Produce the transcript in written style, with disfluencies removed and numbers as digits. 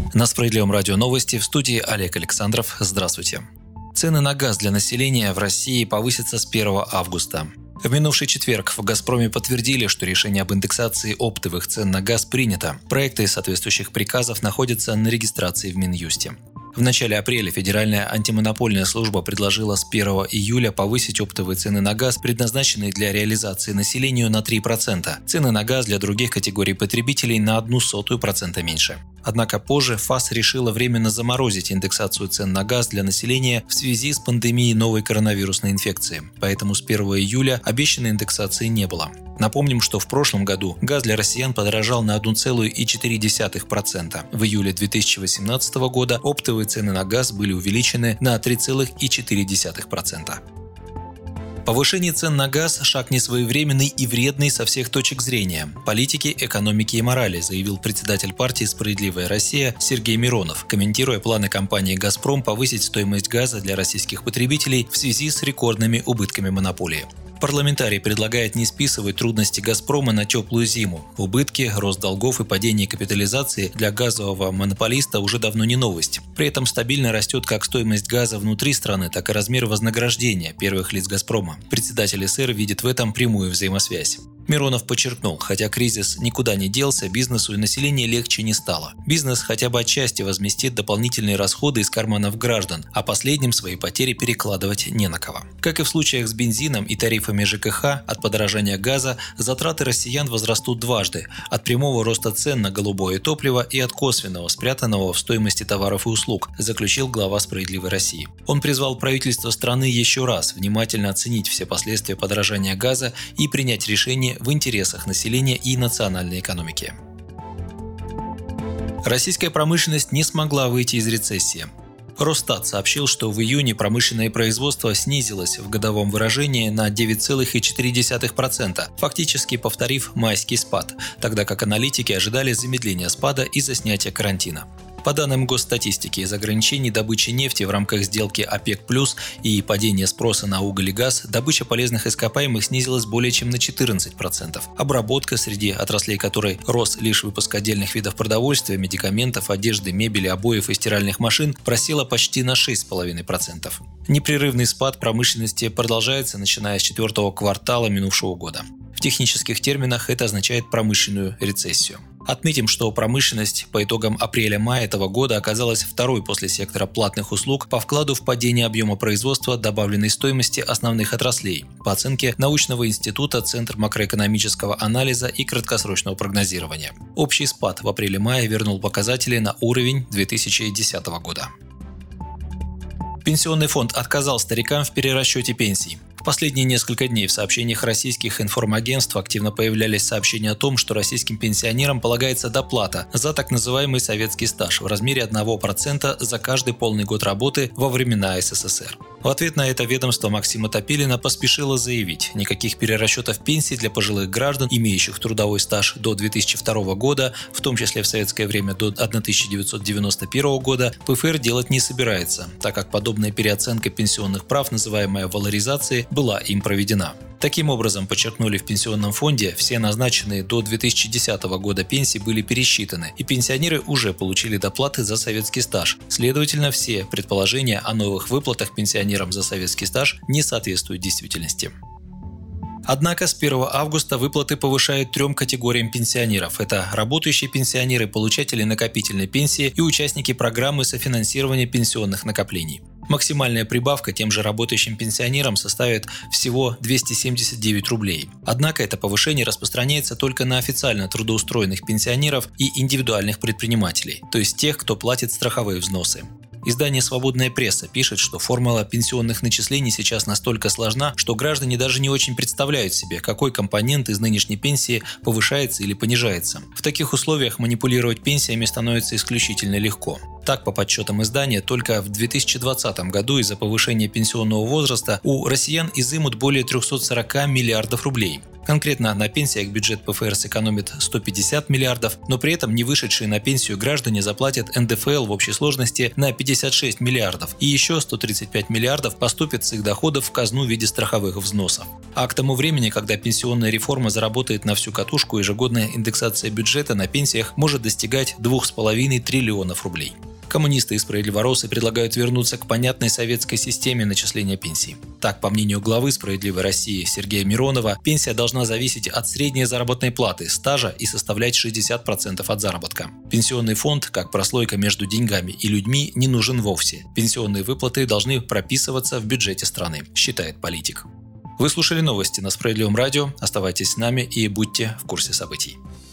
На Справедливом радио новости, в студии Олег Александров. Здравствуйте. Цены на газ для населения в России повысятся с 1 августа. В минувший четверг в «Газпроме» подтвердили, что решение об индексации оптовых цен на газ принято. Проекты соответствующих приказов находятся на регистрации в Минюсте. В начале апреля Федеральная антимонопольная служба предложила с 1 июля повысить оптовые цены на газ, предназначенные для реализации населению, на 3%. Цены на газ для других категорий потребителей на 0,01% меньше. Однако позже ФАС решила временно заморозить индексацию цен на газ для населения в связи с пандемией новой коронавирусной инфекции. Поэтому с 1 июля обещанной индексации не было. Напомним, что в прошлом году газ для россиян подорожал на 1,4%. В июле 2018 года оптовые цены на газ были увеличены на 3,4%. Повышение цен на газ – шаг несвоевременный и вредный со всех точек зрения – политики, экономики и морали, заявил председатель партии «Справедливая Россия» Сергей Миронов, комментируя планы компании «Газпром» повысить стоимость газа для российских потребителей в связи с рекордными убытками монополии. Парламентарий предлагает не списывать трудности «Газпрома» на теплую зиму. Убытки, рост долгов и падение капитализации для газового монополиста уже давно не новость. При этом стабильно растет как стоимость газа внутри страны, так и размер вознаграждения первых лиц «Газпрома». Председатель СР видит в этом прямую взаимосвязь. Миронов подчеркнул, хотя кризис никуда не делся, бизнесу и населению легче не стало. Бизнес хотя бы отчасти возместит дополнительные расходы из карманов граждан, а последним свои потери перекладывать не на кого. Как и в случаях с бензином и тарифами ЖКХ, от подорожания газа затраты россиян возрастут дважды – от прямого роста цен на голубое топливо и от косвенного, спрятанного в стоимости товаров и услуг, заключил глава «Справедливой России». Он призвал правительство страны еще раз внимательно оценить все последствия подорожания газа и принять решение в интересах населения и национальной экономики. Российская промышленность не смогла выйти из рецессии. Росстат сообщил, что в июне промышленное производство снизилось в годовом выражении на 9,4%, фактически повторив майский спад, тогда как аналитики ожидали замедления спада из-за снятия карантина. По данным госстатистики, из ограничений добычи нефти в рамках сделки ОПЕК+, и падения спроса на уголь и газ, добыча полезных ископаемых снизилась более чем на 14%. Обработка, среди отраслей которой рос лишь выпуск отдельных видов продовольствия, медикаментов, одежды, мебели, обоев и стиральных машин, просела почти на 6,5%. Непрерывный спад промышленности продолжается, начиная с 4-го квартала минувшего года. В технических терминах это означает промышленную рецессию. Отметим, что промышленность по итогам апреля-мая этого года оказалась второй после сектора платных услуг по вкладу в падение объема производства добавленной стоимости основных отраслей, по оценке научного института Центр макроэкономического анализа и краткосрочного прогнозирования. Общий спад в апреле-мае вернул показатели на уровень 2010 года. Пенсионный фонд отказал старикам в перерасчете пенсий. В последние несколько дней в сообщениях российских информагентств активно появлялись сообщения о том, что российским пенсионерам полагается доплата за так называемый советский стаж в размере 1% за каждый полный год работы во времена СССР. В ответ на это ведомство Максима Топилина поспешило заявить, никаких перерасчетов пенсий для пожилых граждан, имеющих трудовой стаж до 2002 года, в том числе в советское время до 1991 года, ПФР делать не собирается, так как подобная переоценка пенсионных прав, называемая валоризацией, была им проведена. Таким образом, подчеркнули в Пенсионном фонде, все назначенные до 2010 года пенсии были пересчитаны, и пенсионеры уже получили доплаты за советский стаж. Следовательно, все предположения о новых выплатах пенсионерам за советский стаж не соответствуют действительности. Однако с 1 августа выплаты повышают 3 категориям пенсионеров. Это работающие пенсионеры, получатели накопительной пенсии и участники программы софинансирования пенсионных накоплений. Максимальная прибавка тем же работающим пенсионерам составит всего 279 рублей. Однако это повышение распространяется только на официально трудоустроенных пенсионеров и индивидуальных предпринимателей, то есть тех, кто платит страховые взносы. Издание «Свободная пресса» пишет, что формула пенсионных начислений сейчас настолько сложна, что граждане даже не очень представляют себе, какой компонент из нынешней пенсии повышается или понижается. В таких условиях манипулировать пенсиями становится исключительно легко. Так, по подсчетам издания, только в 2020 году из-за повышения пенсионного возраста у россиян изымут более 340 миллиардов рублей. Конкретно на пенсиях бюджет ПФР сэкономит 150 миллиардов, но при этом не вышедшие на пенсию граждане заплатят НДФЛ в общей сложности на 56 миллиардов, и еще 135 миллиардов поступит с их доходов в казну в виде страховых взносов. А к тому времени, когда пенсионная реформа заработает на всю катушку, ежегодная индексация бюджета на пенсиях может достигать 2,5 триллионов рублей. Коммунисты и справедливоросы предлагают вернуться к понятной советской системе начисления пенсий. Так, по мнению главы «Справедливой России» Сергея Миронова, пенсия должна зависеть от средней заработной платы, стажа и составлять 60% от заработка. Пенсионный фонд, как прослойка между деньгами и людьми, не нужен вовсе. Пенсионные выплаты должны прописываться в бюджете страны, считает политик. Вы слушали новости на Справедливом радио. Оставайтесь с нами и будьте в курсе событий.